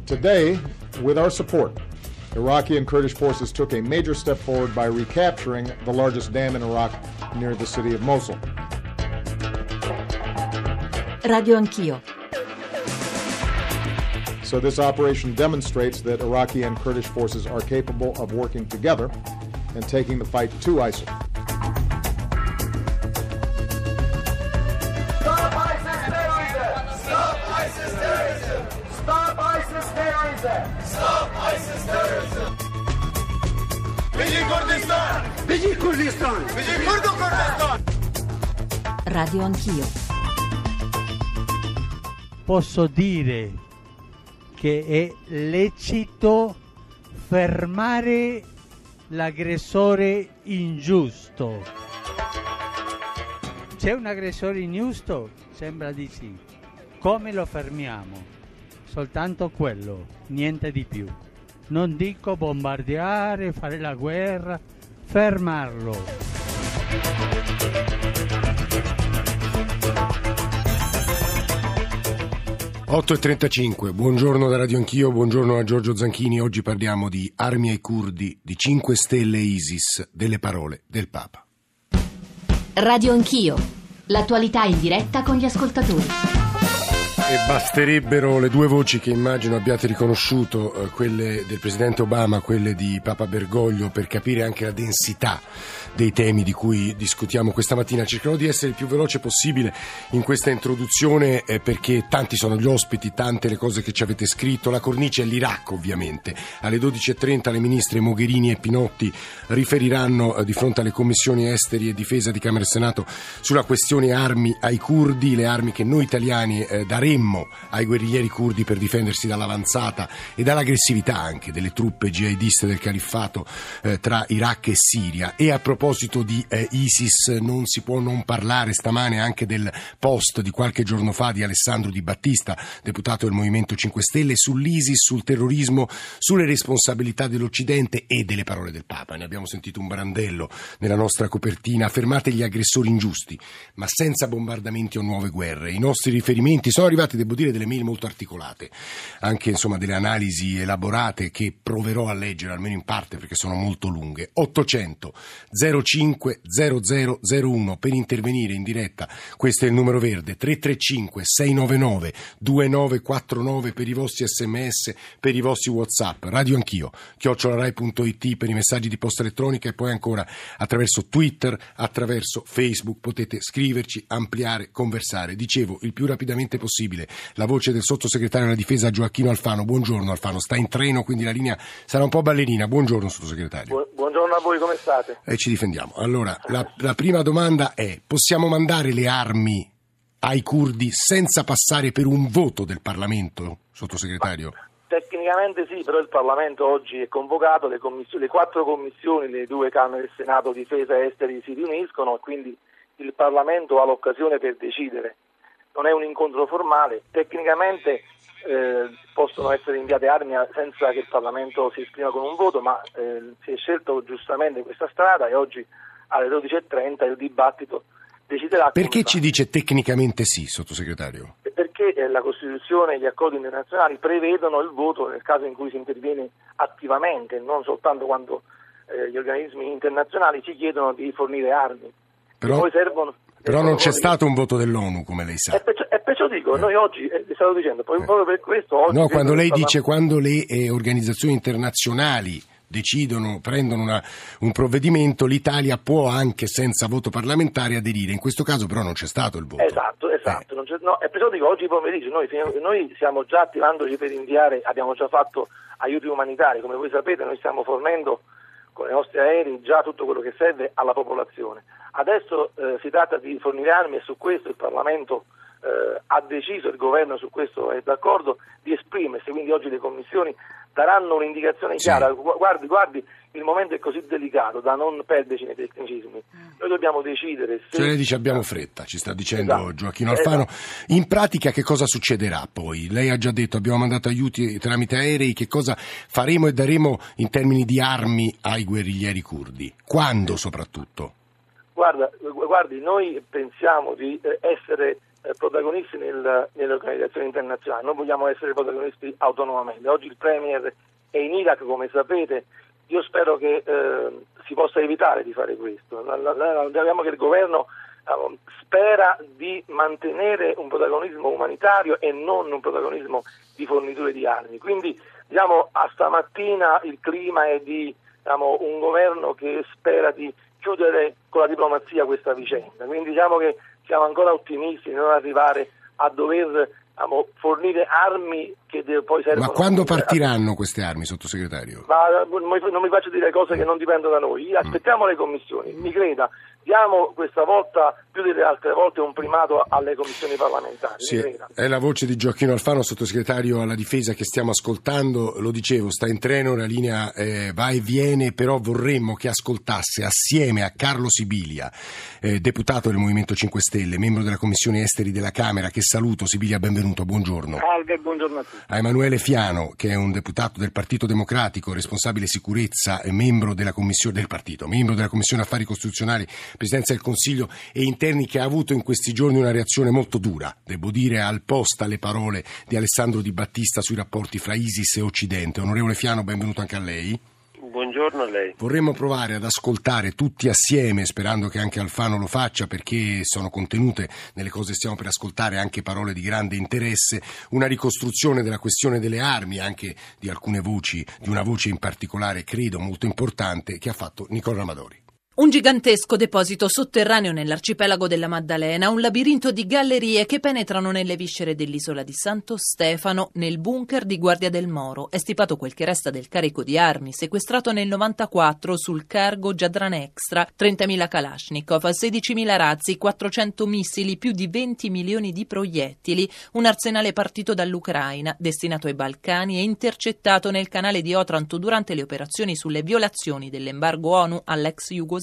Today, with our support, Iraqi and Kurdish forces took a major step forward by recapturing the largest dam in Iraq near the city of Mosul. Radio Anch'io. So this operation demonstrates that Iraqi and Kurdish forces are capable of working together and taking the fight to ISIL. Stop ISIS terrorism! Stop ISIS terrorism! Stop ISIS terrorism! Stop ISIS terrorism! Biji Kurdistan! Biji Kurdistan! Biji Kurdistan! Radio Anch'io. Posso dire che è lecito fermare l'aggressore ingiusto. C'è un aggressore ingiusto? Sembra di sì. Come lo fermiamo? Soltanto quello, niente di più. Non dico bombardiare, fare la guerra, fermarlo. 8:35, buongiorno da Radio Anch'io, buongiorno a Giorgio Zanchini. Oggi parliamo di armi ai curdi, di 5 Stelle ISIS, delle parole del Papa. Radio Anch'io, l'attualità in diretta con gli ascoltatori. E basterebbero le due voci che immagino abbiate riconosciuto, quelle del Presidente Obama, quelle di Papa Bergoglio, per capire anche la densità dei temi di cui discutiamo questa mattina. Cercherò di essere il più veloce possibile in questa introduzione perché tanti sono gli ospiti, tante le cose che ci avete scritto. La cornice è l'Iraq, ovviamente. Alle 12:30 le ministre Mogherini e Pinotti riferiranno di fronte alle commissioni esteri e difesa di Camera e Senato sulla questione armi ai curdi, le armi che noi italiani daremmo ai guerriglieri curdi per difendersi dall'avanzata e dall'aggressività anche delle truppe jihadiste del califfato tra Iraq e Siria. E a proposito di ISIS non si può non parlare stamane anche del post di qualche giorno fa di Alessandro Di Battista, deputato del Movimento 5 Stelle, sull'ISIS, sul terrorismo, sulle responsabilità dell'Occidente e delle parole del Papa. Ne abbiamo sentito un brandello nella nostra copertina: fermate gli aggressori ingiusti, ma senza bombardamenti o nuove guerre. I nostri riferimenti sono arrivati, devo dire, delle mail molto articolate, anche insomma delle analisi elaborate che proverò a leggere almeno in parte perché sono molto lunghe. 800 05 0001 per intervenire in diretta, questo è il numero verde. 335 699 2949 per i vostri sms, per i vostri WhatsApp. Radio Anch'io @rai.it per i messaggi di posta elettronica, e poi ancora attraverso Twitter, attraverso Facebook potete scriverci, ampliare, conversare. Dicevo, il più rapidamente possibile, la voce del sottosegretario alla difesa Gioacchino Alfano. Buongiorno Alfano, sta in treno quindi la linea sarà un po' ballerina. Buongiorno sottosegretario. Buongiorno a voi, come state? Ci difendiamo. Allora, la prima domanda è: possiamo mandare le armi ai curdi senza passare per un voto del Parlamento, sottosegretario? Tecnicamente sì, però il Parlamento oggi è convocato, le 4 commissioni, le 2 Camere del Senato, difesa e esteri, si riuniscono e quindi il Parlamento ha l'occasione per decidere. Non è un incontro formale, tecnicamente possono essere inviate armi senza che il Parlamento si esprima con un voto, ma si è scelto giustamente questa strada e oggi alle 12:30 il dibattito deciderà. Perché ci dice tecnicamente sì, sottosegretario? Perché la Costituzione e gli accordi internazionali prevedono il voto nel caso in cui si interviene attivamente, non soltanto quando gli organismi internazionali ci chiedono di fornire armi. Però non c'è stato un voto dell'ONU, come lei sa. E perciò dico, noi oggi, le stavo dicendo, proprio per questo oggi... No, quando lei dice quando le organizzazioni internazionali decidono, prendono un provvedimento, l'Italia può anche senza voto parlamentare aderire. In questo caso però non c'è stato il voto. Esatto. E perciò dico, oggi pomeriggio noi stiamo già attivandoci per inviare, abbiamo già fatto aiuti umanitari, come voi sapete noi stiamo fornendo con i nostri aerei già tutto quello che serve alla popolazione. Adesso si tratta di fornire armi e su questo il Parlamento ha deciso, il governo su questo è d'accordo, di esprimersi, quindi oggi le commissioni daranno un'indicazione chiara. Sì. Guardi, il momento è così delicato da non perderci nei tecnicismi. Noi dobbiamo decidere se... Cioè lei dice abbiamo fretta, ci sta dicendo esatto. Gioacchino Alfano. Esatto. In pratica che cosa succederà poi? Lei ha già detto abbiamo mandato aiuti tramite aerei, che cosa faremo e daremo in termini di armi ai guerriglieri curdi? Quando soprattutto? Guardi, noi pensiamo di essere protagonisti nelle organizzazioni internazionali, non vogliamo essere protagonisti autonomamente. Oggi il Premier è in Iraq, come sapete. Io spero che si possa evitare di fare questo. Sappiamo che il governo spera di mantenere un protagonismo umanitario e non un protagonismo di forniture di armi. Quindi a stamattina il clima è di un governo che spera di chiudere con la diplomazia questa vicenda. Quindi che siamo ancora ottimisti di non arrivare a dover fornire armi che poi servono. Ma quando partiranno queste armi, sottosegretario? Non mi faccio dire cose che non dipendono da noi. Aspettiamo le commissioni, mi creda. Diamo questa volta, più delle altre volte, un primato alle commissioni parlamentari. Sì, è la voce di Gioacchino Alfano, sottosegretario alla Difesa, che stiamo ascoltando. Lo dicevo, sta in treno, la linea va e viene, però vorremmo che ascoltasse assieme a Carlo Sibilia, deputato del Movimento 5 Stelle, membro della Commissione Esteri della Camera, che saluto. Sibilia, benvenuto, buongiorno. Salve, buongiorno a tutti. A Emanuele Fiano, che è un deputato del Partito Democratico, responsabile sicurezza e membro della Commissione del Partito, membro della Commissione Affari Costituzionali, Presidenza del Consiglio e Interni, che ha avuto in questi giorni una reazione molto dura, devo dire, al post alle parole di Alessandro Di Battista sui rapporti fra ISIS e Occidente. Onorevole Fiano, benvenuto anche a lei. Buongiorno a lei. Vorremmo provare ad ascoltare tutti assieme, sperando che anche Alfano lo faccia, perché sono contenute nelle cose che stiamo per ascoltare anche parole di grande interesse, una ricostruzione della questione delle armi, anche di alcune voci, di una voce in particolare, credo molto importante, che ha fatto Nicola Ramadori. Un gigantesco deposito sotterraneo nell'arcipelago della Maddalena, un labirinto di gallerie che penetrano nelle viscere dell'isola di Santo Stefano, nel bunker di Guardia del Moro. È stipato quel che resta del carico di armi sequestrato nel 94 sul cargo Jadran Extra, 30.000 Kalashnikov, 16.000 razzi, 400 missili, più di 20 milioni di proiettili, un arsenale partito dall'Ucraina, destinato ai Balcani e intercettato nel canale di Otranto durante le operazioni sulle violazioni dell'embargo ONU all'ex Jugoslavia.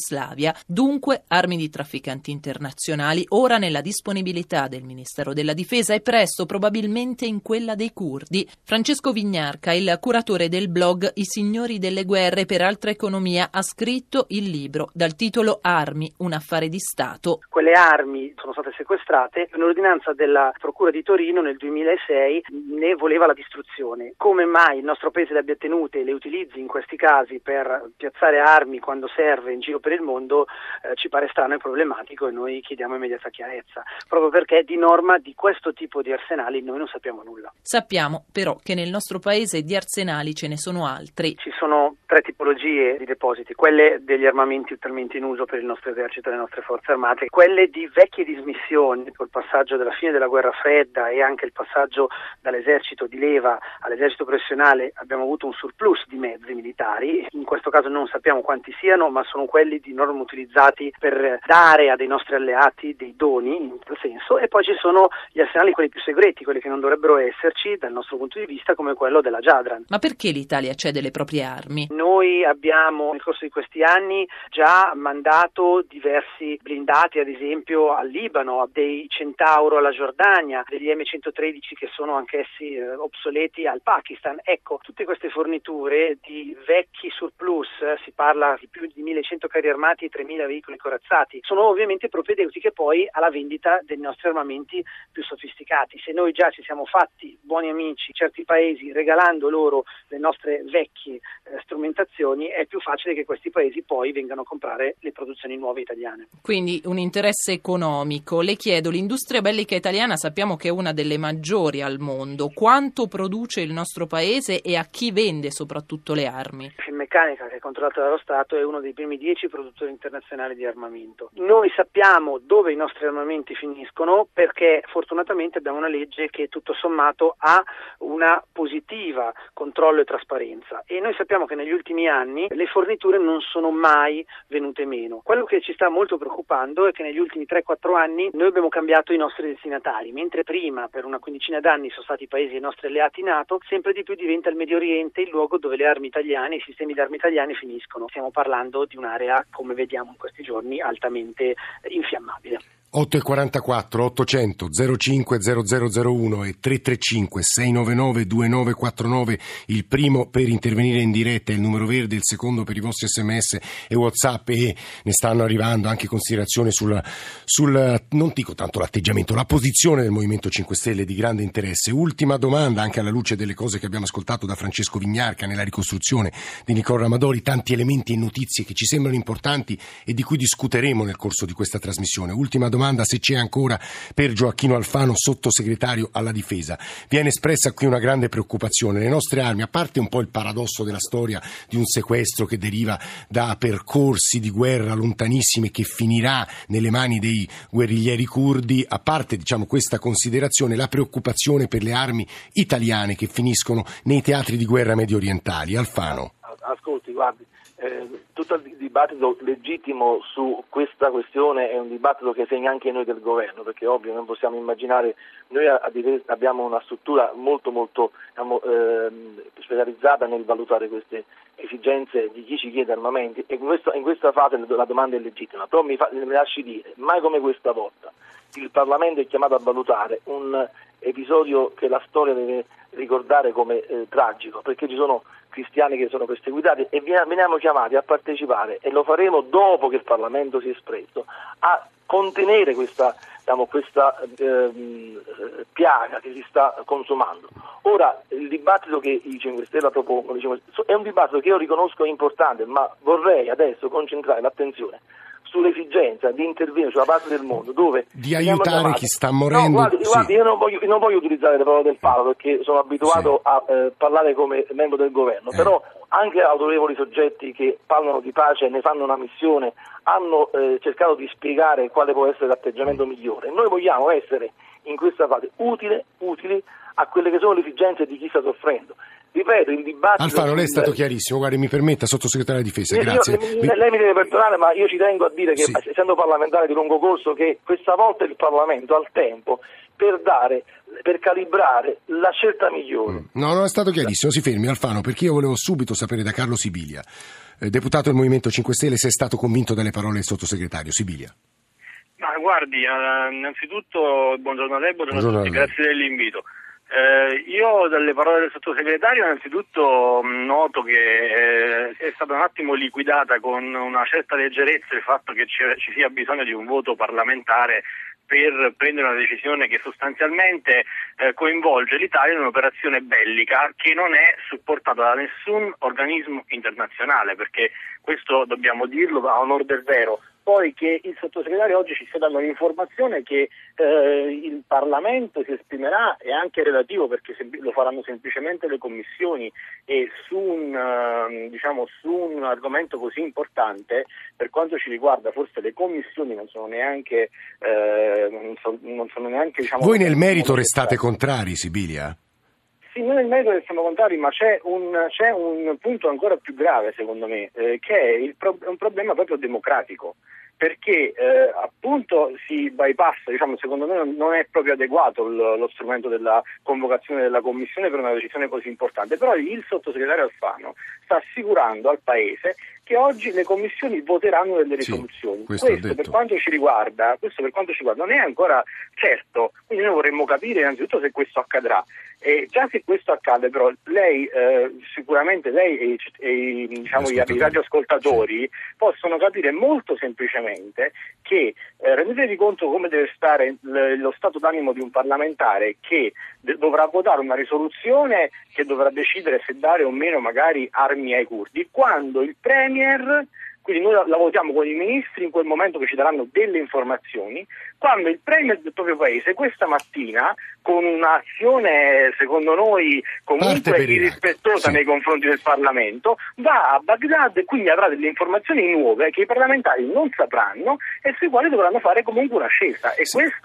Dunque armi di trafficanti internazionali, ora nella disponibilità del Ministero della Difesa e presto probabilmente in quella dei curdi. Francesco Vignarca, il curatore del blog I Signori delle Guerre per Altra Economia, ha scritto il libro dal titolo Armi, un affare di Stato. Quelle armi sono state sequestrate. Un'ordinanza della Procura di Torino nel 2006 ne voleva la distruzione. Come mai il nostro paese le abbia tenute e le utilizzi in questi casi per piazzare armi quando serve in giro per il mondo ci pare strano e problematico, e noi chiediamo immediata chiarezza, proprio perché di norma di questo tipo di arsenali noi non sappiamo nulla. Sappiamo però che nel nostro paese di arsenali ce ne sono altri. Ci sono 3 tipologie di depositi: quelle degli armamenti attualmente in uso per il nostro esercito e le nostre forze armate, quelle di vecchie dismissioni col passaggio della fine della guerra fredda e anche il passaggio dall'esercito di leva all'esercito professionale. Abbiamo avuto un surplus di mezzi militari, in questo caso non sappiamo quanti siano, ma sono quelli di norma utilizzati per dare a dei nostri alleati dei doni, in tal senso. E poi ci sono gli arsenali, quelli più segreti, quelli che non dovrebbero esserci dal nostro punto di vista, come quello della Jadran. Ma perché l'Italia cede le proprie armi? Noi abbiamo nel corso di questi anni già mandato diversi blindati, ad esempio al Libano, dei Centauro alla Giordania, degli M113 che sono anch'essi obsoleti al Pakistan. Ecco, tutte queste forniture di vecchi surplus, si parla di più di 1.100 carri armati e 3.000 veicoli corazzati, sono ovviamente propedeutiche poi alla vendita dei nostri armamenti più sofisticati. Se noi già ci siamo fatti buoni amici certi paesi regalando loro le nostre vecchie strumentazioni, è più facile che questi paesi poi vengano a comprare le produzioni nuove italiane. Quindi un interesse economico. Le chiedo, l'industria bellica italiana sappiamo che è una delle maggiori al mondo. Quanto produce il nostro paese e a chi vende soprattutto le armi? Finmeccanica, che è controllata dallo Stato, è uno dei primi 10 produttori internazionali di armamento. Noi sappiamo dove i nostri armamenti finiscono perché fortunatamente abbiamo una legge che tutto sommato ha una positiva controllo e trasparenza, e noi sappiamo che negli ultimi anni le forniture non sono mai venute meno. Quello che ci sta molto preoccupando è che negli ultimi 3-4 anni noi abbiamo cambiato i nostri destinatari. Mentre prima per una quindicina d'anni sono stati i paesi dei nostri alleati NATO, sempre di più diventa il Medio Oriente il luogo dove le armi italiane, i sistemi di armi italiane finiscono. Stiamo parlando di un'area, come vediamo in questi giorni, altamente infiammabile. 8.44 800 05 0001 e 335 699 2949, il primo per intervenire in diretta è il numero verde, il secondo per i vostri sms e WhatsApp, e ne stanno arrivando anche considerazioni sul non dico tanto l'atteggiamento, la posizione del Movimento 5 Stelle di grande interesse. Ultima domanda, anche alla luce delle cose che abbiamo ascoltato da Francesco Vignarca nella ricostruzione di Nicola Ramadori, tanti elementi e notizie che ci sembrano importanti e di cui discuteremo nel corso di questa trasmissione. Ultima domanda, se c'è ancora, per Gioacchino Alfano, sottosegretario alla difesa. Viene espressa qui una grande preoccupazione. Le nostre armi, a parte un po' il paradosso della storia di un sequestro che deriva da percorsi di guerra lontanissimi che finirà nelle mani dei guerriglieri curdi, a parte questa considerazione, la preoccupazione per le armi italiane che finiscono nei teatri di guerra medio orientali. Alfano. Ascolti, guardi, tutto il dibattito legittimo su questa questione è un dibattito che segna anche noi del governo, perché ovvio non possiamo immaginare, noi abbiamo una struttura molto specializzata nel valutare queste esigenze di chi ci chiede armamenti, e in questa fase la domanda è legittima, però mi lasci dire, mai come questa volta il Parlamento è chiamato a valutare un episodio che la storia deve ricordare come tragico, perché ci sono cristiani che sono perseguitati e veniamo chiamati a partecipare, e lo faremo dopo che il Parlamento si è espresso, a contenere questa piaga che si sta consumando. Ora, il dibattito che i 5 Stelle propongono è un dibattito che io riconosco importante, ma vorrei adesso concentrare l'attenzione sull'esigenza di intervenire sulla parte del mondo dove di aiutare chi sta morendo. No, guardi, io non voglio utilizzare le parole del Papa, perché sono abituato a parlare come membro del governo, però anche autorevoli soggetti che parlano di pace e ne fanno una missione hanno cercato di spiegare quale può essere l'atteggiamento migliore. Noi vogliamo essere in questa fase utili a quelle che sono le esigenze di chi sta soffrendo. Ripeto, il dibattito... Alfano, lei è stato chiarissimo, guardi, mi permetta, sottosegretario di difesa, grazie. Lei mi deve perdonare, ma io ci tengo a dire che, essendo parlamentare di lungo corso, che questa volta il Parlamento ha il tempo per calibrare la scelta migliore. No, è stato chiarissimo, si fermi Alfano, perché io volevo subito sapere da Carlo Sibilia, deputato del Movimento 5 Stelle, se è stato convinto dalle parole del sottosegretario. Sibilia. Ma guardi, innanzitutto buongiorno a lei, buongiorno a tutti, grazie dell'invito. Io dalle parole del sottosegretario innanzitutto noto che è stata un attimo liquidata con una certa leggerezza il fatto che ci sia bisogno di un voto parlamentare per prendere una decisione che sostanzialmente coinvolge l'Italia in un'operazione bellica che non è supportata da nessun organismo internazionale, perché questo dobbiamo dirlo a onor del vero. Poi che il sottosegretario oggi ci stia dando l'informazione che il Parlamento si esprimerà è anche relativo, perché lo faranno semplicemente le commissioni, e su un argomento così importante, per quanto ci riguarda forse le commissioni non sono neanche Voi nel merito restate contrari, Sibilia? Sì, noi nel merito siamo contrari, ma c'è un punto ancora più grave secondo me, che è un problema proprio democratico, perché appunto si bypassa, secondo me non è proprio adeguato lo strumento della convocazione della Commissione per una decisione così importante, però il sottosegretario Alfano sta assicurando al Paese che oggi le commissioni voteranno delle risoluzioni. Questo per quanto ci riguarda non è ancora certo, quindi noi vorremmo capire innanzitutto se questo accadrà. Già se questo accade, però lei sicuramente lei e i radioascoltatori possono capire molto semplicemente che rendetevi conto come deve stare lo stato d'animo di un parlamentare che dovrà votare una risoluzione che dovrà decidere se dare o meno magari armi ai curdi, quando il Premier, quindi noi la votiamo con i ministri in quel momento che ci daranno delle informazioni, quando il Premier del proprio paese questa mattina, con un'azione secondo noi comunque irrispettosa nei confronti del Parlamento, va a Baghdad e quindi avrà delle informazioni nuove che i parlamentari non sapranno e sui quali dovranno fare comunque una scelta, e questo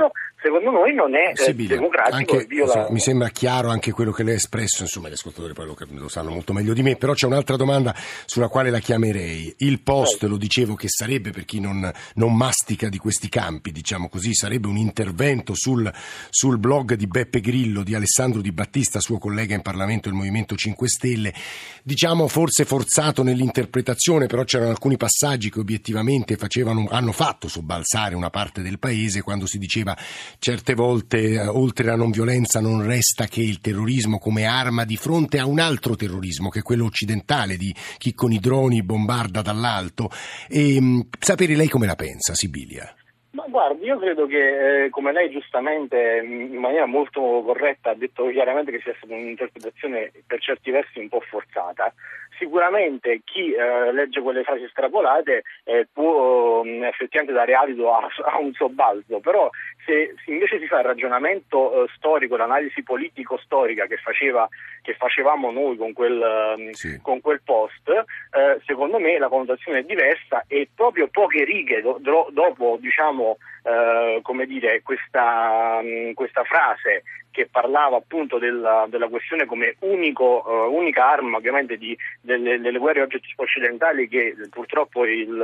secondo noi non è Sibilia, democratico e viola... mi sembra chiaro anche quello che lei ha espresso, insomma gli ascoltatori poi lo sanno molto meglio di me, però c'è un'altra domanda sulla quale la chiamerei. Il post, lo dicevo, che sarebbe, per chi non mastica di questi campi, diciamo così, sarebbe un intervento sul blog di Beppe Grillo, di Alessandro Di Battista, suo collega in Parlamento del Movimento 5 Stelle, diciamo forse forzato nell'interpretazione, però c'erano alcuni passaggi che obiettivamente hanno fatto sobbalzare una parte del paese, quando si diceva certe volte oltre la non violenza non resta che il terrorismo come arma di fronte a un altro terrorismo, che è quello occidentale di chi con i droni bombarda dall'alto. E sapere lei come la pensa, Sibilia. Ma guardi, io credo che, come lei giustamente in maniera molto corretta ha detto chiaramente, che sia stata un'interpretazione per certi versi un po' forzata. Sicuramente chi legge quelle frasi estrapolate può effettivamente dare adito a un sobbalzo, però se invece si fa il ragionamento storico, l'analisi politico-storica che facevamo noi con quel post, secondo me la connotazione è diversa, e proprio poche righe dopo, diciamo, come dire, questa frase che parlava appunto della questione come unica arma ovviamente delle guerre occidentali, che purtroppo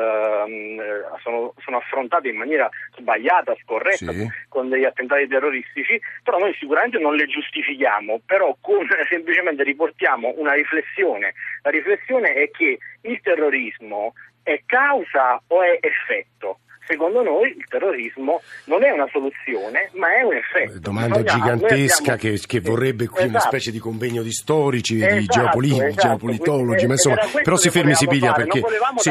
sono affrontate in maniera sbagliata, scorretta, sì, con degli attentati terroristici, però noi sicuramente non le giustifichiamo, però semplicemente riportiamo una riflessione. La riflessione è che il terrorismo è causa o è effetto? Secondo noi il terrorismo non è una soluzione, ma è un effetto. Domanda gigantesca che vorrebbe qui una specie di convegno di storici, di geopolitologi, ma insomma, però si fermi, Sibilia, perché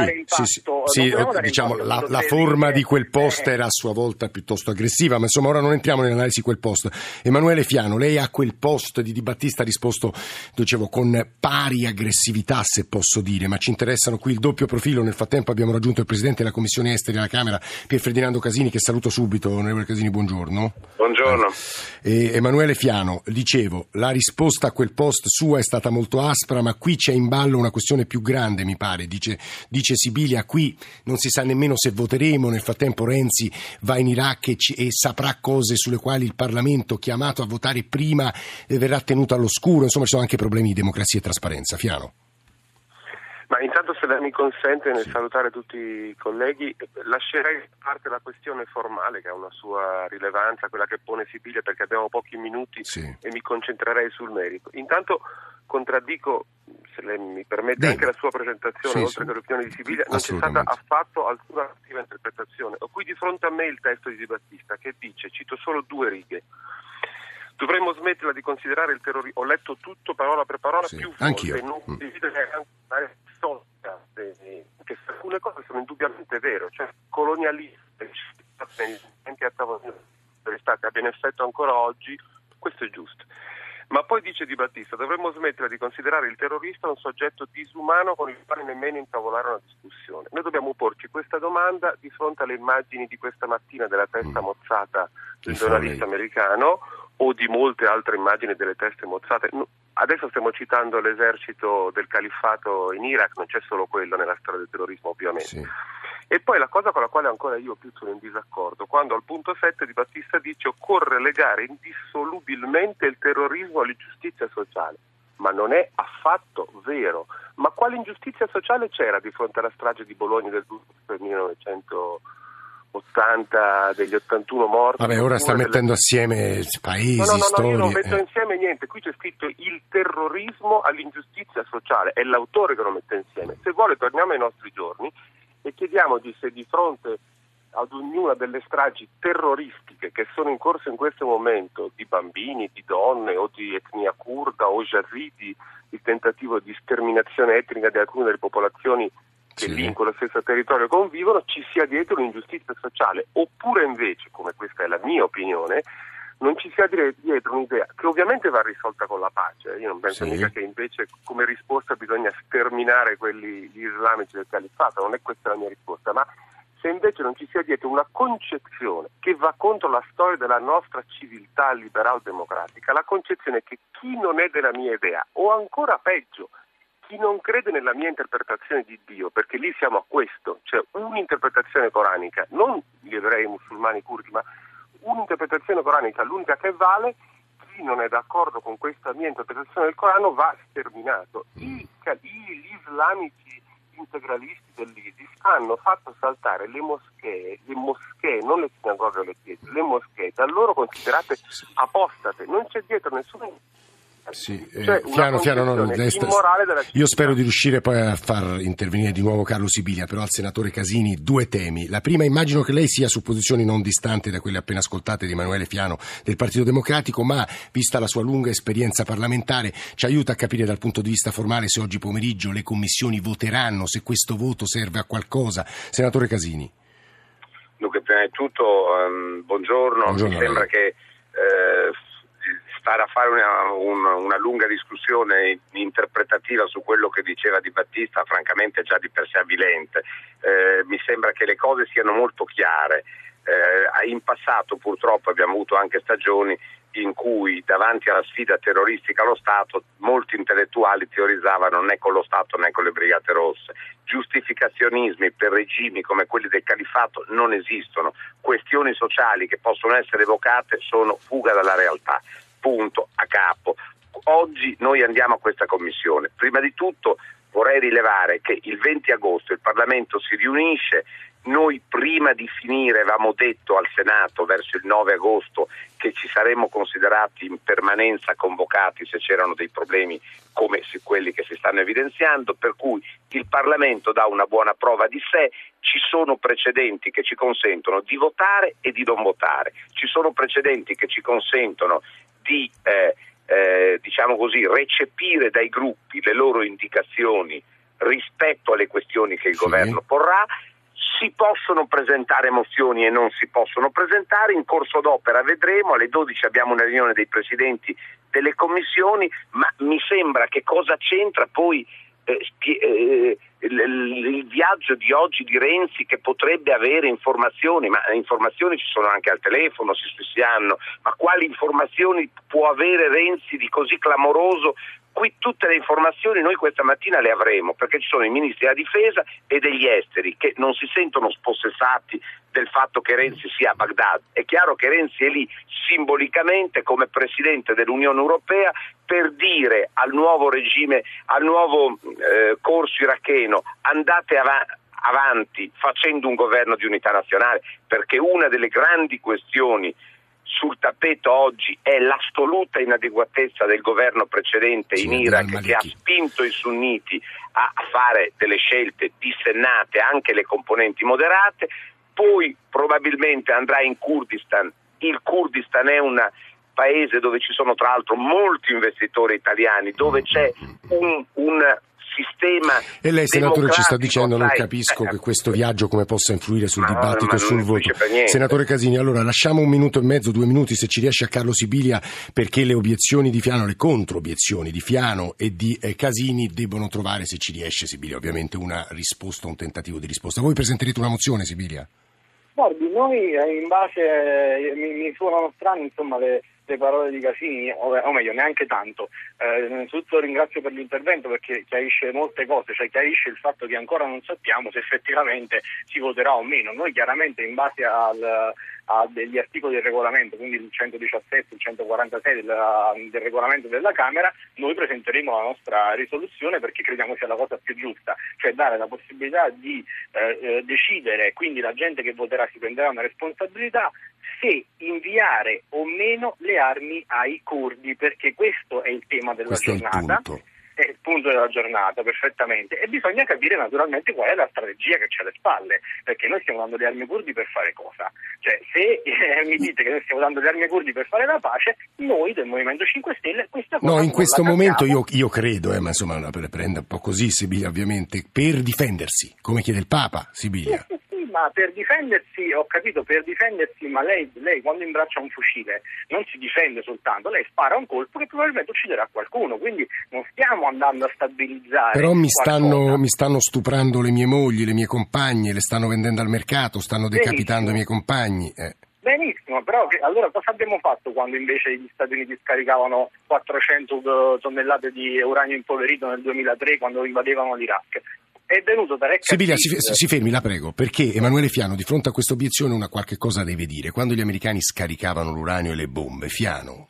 diciamo la forma di quel post era a sua volta piuttosto aggressiva, ma insomma ora non entriamo nell'analisi di quel post. Emanuele Fiano, lei a quel post di Battista ha risposto, dicevo, con pari aggressività, se posso dire, ma ci interessano qui il doppio profilo. Nel frattempo abbiamo raggiunto il Presidente della Commissione Esteri alla Camera, Pier Ferdinando Casini, che saluto subito. Onorevole Casini, buongiorno. Buongiorno. Emanuele Fiano, dicevo, la risposta a quel post sua è stata molto aspra, ma qui c'è in ballo una questione più grande, mi pare. Dice Sibilia, qui non si sa nemmeno se voteremo. Nel frattempo Renzi va in Iraq e saprà cose sulle quali il Parlamento, chiamato a votare prima, verrà tenuto all'oscuro. Insomma, ci sono anche problemi di democrazia e trasparenza. Fiano. Ma intanto, se lei mi consente, nel salutare tutti i colleghi, lascerei a parte la questione formale, che ha una sua rilevanza, quella che pone Sibilia, perché abbiamo pochi minuti, e mi concentrerei sul merito. Intanto contraddico, se lei mi permette, anche la sua presentazione, oltre che l'opinione di Sibilia. Non c'è stata affatto alcuna cattiva interpretazione. Ho qui di fronte a me il testo di Di Battista, che dice, cito solo 2 righe: dovremmo smetterla di considerare il terrorismo. Ho letto tutto parola per parola, più volte, non condividere anche che alcune cose sono indubbiamente vere, cioè colonialiste anche a tavolino dell'estate abbiano effetto ancora oggi, questo è giusto. Ma poi dice Di Battista, dovremmo smettere di considerare il terrorista un soggetto disumano con il quale nemmeno intavolare una discussione. Noi dobbiamo porci questa domanda di fronte alle immagini di questa mattina della testa mozzata del giornalista americano, o di molte altre immagini delle teste mozzate. Adesso stiamo citando l'esercito del califfato in Iraq, non c'è solo quello nella storia del terrorismo, ovviamente. Sì. E poi la cosa con la quale ancora io più sono in disaccordo, quando al punto 7 Di Battista dice occorre legare indissolubilmente il terrorismo all'ingiustizia sociale. Ma non è affatto vero. Ma quale ingiustizia sociale c'era di fronte alla strage di Bologna del 1980, degli 81 morti? Vabbè, ora sta mettendo assieme paesi, storie. Io non metto insieme niente. Qui c'è scritto il terrorismo all'ingiustizia sociale, è l'autore che lo mette insieme. Se vuole torniamo ai nostri giorni e chiediamoci se di fronte ad ognuna delle stragi terroristiche che sono in corso in questo momento, di bambini, di donne o di etnia curda o yazidi, il tentativo di sterminazione etnica di alcune delle popolazioni che lì in quello stesso territorio convivono, ci sia dietro un'ingiustizia sociale, oppure invece, come questa è la mia opinione, non ci sia dietro un'idea che ovviamente va risolta con la pace. Io non penso mica che invece come risposta bisogna sterminare gli islamici del califfato, non è questa la mia risposta, ma se invece non ci sia dietro una concezione che va contro la storia della nostra civiltà liberal-democratica, la concezione che chi non è della mia idea, o ancora peggio, chi non crede nella mia interpretazione di Dio, perché lì siamo a questo, cioè un'interpretazione coranica, non gli ebrei, musulmani, curdi, ma un'interpretazione coranica, l'unica che vale. Chi non è d'accordo con questa mia interpretazione del Corano va sterminato. Gli islamici integralisti dell'ISIS hanno fatto saltare le moschee, non le sinagoghe o le chiese, le moschee, da loro considerate apostate. Non c'è dietro nessuno. Sì, piano, immorale della città. Io spero di riuscire poi a far intervenire di nuovo Carlo Sibilia, però al senatore Casini due temi. La prima, immagino che lei sia su posizioni non distanti da quelle appena ascoltate di Emanuele Fiano del Partito Democratico, ma vista la sua lunga esperienza parlamentare ci aiuta a capire dal punto di vista formale se oggi pomeriggio le commissioni voteranno, se questo voto serve a qualcosa. Senatore Casini. Dunque, prima di tutto buongiorno. Mi sembra che stare a fare una lunga discussione interpretativa su quello che diceva Di Battista, francamente già di per sé avvilente. Mi sembra che le cose siano molto chiare. In passato purtroppo abbiamo avuto anche stagioni in cui davanti alla sfida terroristica allo Stato molti intellettuali teorizzavano né con lo Stato né con le Brigate Rosse. Giustificazionismi per regimi come quelli del Califfato non esistono. Questioni sociali che possono essere evocate sono fuga dalla realtà. Punto, a capo. Oggi noi andiamo a questa commissione. Prima di tutto vorrei rilevare che il 20 agosto il Parlamento si riunisce. Noi prima di finire avevamo detto al Senato verso il 9 agosto che ci saremmo considerati in permanenza convocati se c'erano dei problemi come quelli che si stanno evidenziando, per cui il Parlamento dà una buona prova di sé. Ci sono precedenti che ci consentono di votare e di non votare, ci sono precedenti che ci consentono di diciamo così, recepire dai gruppi le loro indicazioni rispetto alle questioni che il governo porrà. Si possono presentare mozioni e non si possono presentare, in corso d'opera vedremo, alle 12 abbiamo una riunione dei presidenti delle commissioni, ma mi sembra che cosa c'entra poi il viaggio di oggi di Renzi, che potrebbe avere informazioni, ma informazioni ci sono anche al telefono, si hanno, ma quali informazioni può avere Renzi di così clamoroso? Qui tutte le informazioni noi questa mattina le avremo, perché ci sono i ministri della difesa e degli esteri che non si sentono spossessati del fatto che Renzi sia a Baghdad. È chiaro che Renzi è lì simbolicamente come presidente dell'Unione Europea per dire al nuovo regime, al nuovo corso iracheno: andate avanti facendo un governo di unità nazionale, perché una delle grandi questioni sul tappeto oggi è l'assoluta inadeguatezza del governo precedente in Iraq, che ha spinto i sunniti a fare delle scelte dissennate, anche le componenti moderate. Poi probabilmente andrà in Kurdistan. Il Kurdistan è un paese dove ci sono tra l'altro molti investitori italiani, dove c'è un sistema. E lei, senatore, ci sta dicendo, non capisco che questo viaggio come possa influire sul dibattito e sul voto. Senatore Casini, allora lasciamo 1 minuto e mezzo, 2 minuti se ci riesce, a Carlo Sibilia, perché le obiezioni di Fiano, le controobiezioni di Fiano e di Casini debbono trovare, se ci riesce Sibilia, ovviamente una risposta, un tentativo di risposta. Voi presenterete una mozione, Sibilia? Guardi, noi in base mi suonano strane, insomma, le parole di Casini, o meglio, neanche tanto. Innanzitutto ringrazio per l'intervento, perché chiarisce molte cose, cioè chiarisce il fatto che ancora non sappiamo se effettivamente si voterà o meno. Noi chiaramente in base a degli articoli del regolamento, quindi il 117, il 146 del regolamento della Camera, noi presenteremo la nostra risoluzione, perché crediamo sia la cosa più giusta, cioè dare la possibilità di decidere, quindi la gente che voterà si prenderà una responsabilità, se inviare o meno le armi ai curdi, perché questo è il tema della giornata. È il punto della giornata, perfettamente, e bisogna capire naturalmente qual è la strategia che c'è alle spalle, perché noi stiamo dando le armi ai curdi per fare cosa? Cioè, se mi dite che noi stiamo dando le armi ai curdi per fare la pace, noi del Movimento 5 Stelle questa cosa no, in questo momento io credo, ma insomma, per prendere un po' così, Sibilia, ovviamente, per difendersi, come chiede il Papa, Sibilia. Ma per difendersi, ho capito, per difendersi, ma lei quando imbraccia un fucile non si difende soltanto, lei spara un colpo che probabilmente ucciderà qualcuno, quindi non stiamo andando a stabilizzare. Però mi stanno stuprando le mie mogli, le mie compagne, le stanno vendendo al mercato, stanno decapitando i miei compagni. Benissimo, però allora cosa abbiamo fatto quando invece gli Stati Uniti scaricavano 400 tonnellate di uranio impoverito nel 2003, quando invadevano l'Iraq? è venuto da Recca. Sibilia, si fermi, la prego, perché Emanuele Fiano di fronte a questa obiezione una qualche cosa deve dire. Quando gli americani scaricavano l'uranio e le bombe, Fiano...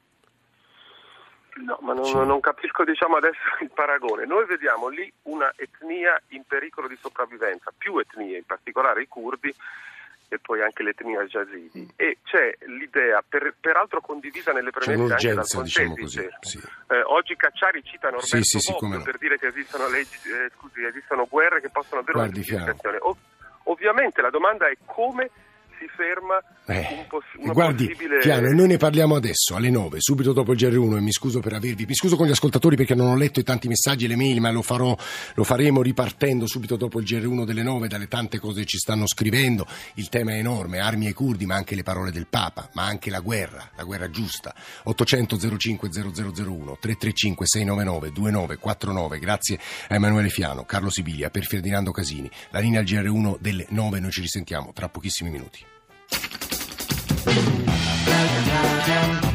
No, ma non capisco adesso il paragone. Noi vediamo lì una etnia in pericolo di sopravvivenza, più etnie, in particolare i curdi e poi anche l'etnia yazidi. E c'è l'idea, peraltro condivisa nelle premesse anche dal Pontefice. Diciamo così, sì. Oggi Cacciari cita Norberto Bobbio per dire che esistono guerre che possono avere una giustificazione. Ovviamente la domanda è come si ferma guardi, possibile... Fiano, e noi ne parliamo adesso alle 9, subito dopo il GR1, e mi scuso con gli ascoltatori perché non ho letto i tanti messaggi e le mail, ma lo faremo ripartendo subito dopo il GR1 delle 9 dalle tante cose che ci stanno scrivendo. Il tema è enorme, armi ai curdi, ma anche le parole del Papa, ma anche la guerra giusta. 800 05 0001 335 699 2949. Grazie a Emanuele Fiano, Carlo Sibilia, per Ferdinando Casini. La linea al GR1 delle 9, noi ci risentiamo tra pochissimi minuti.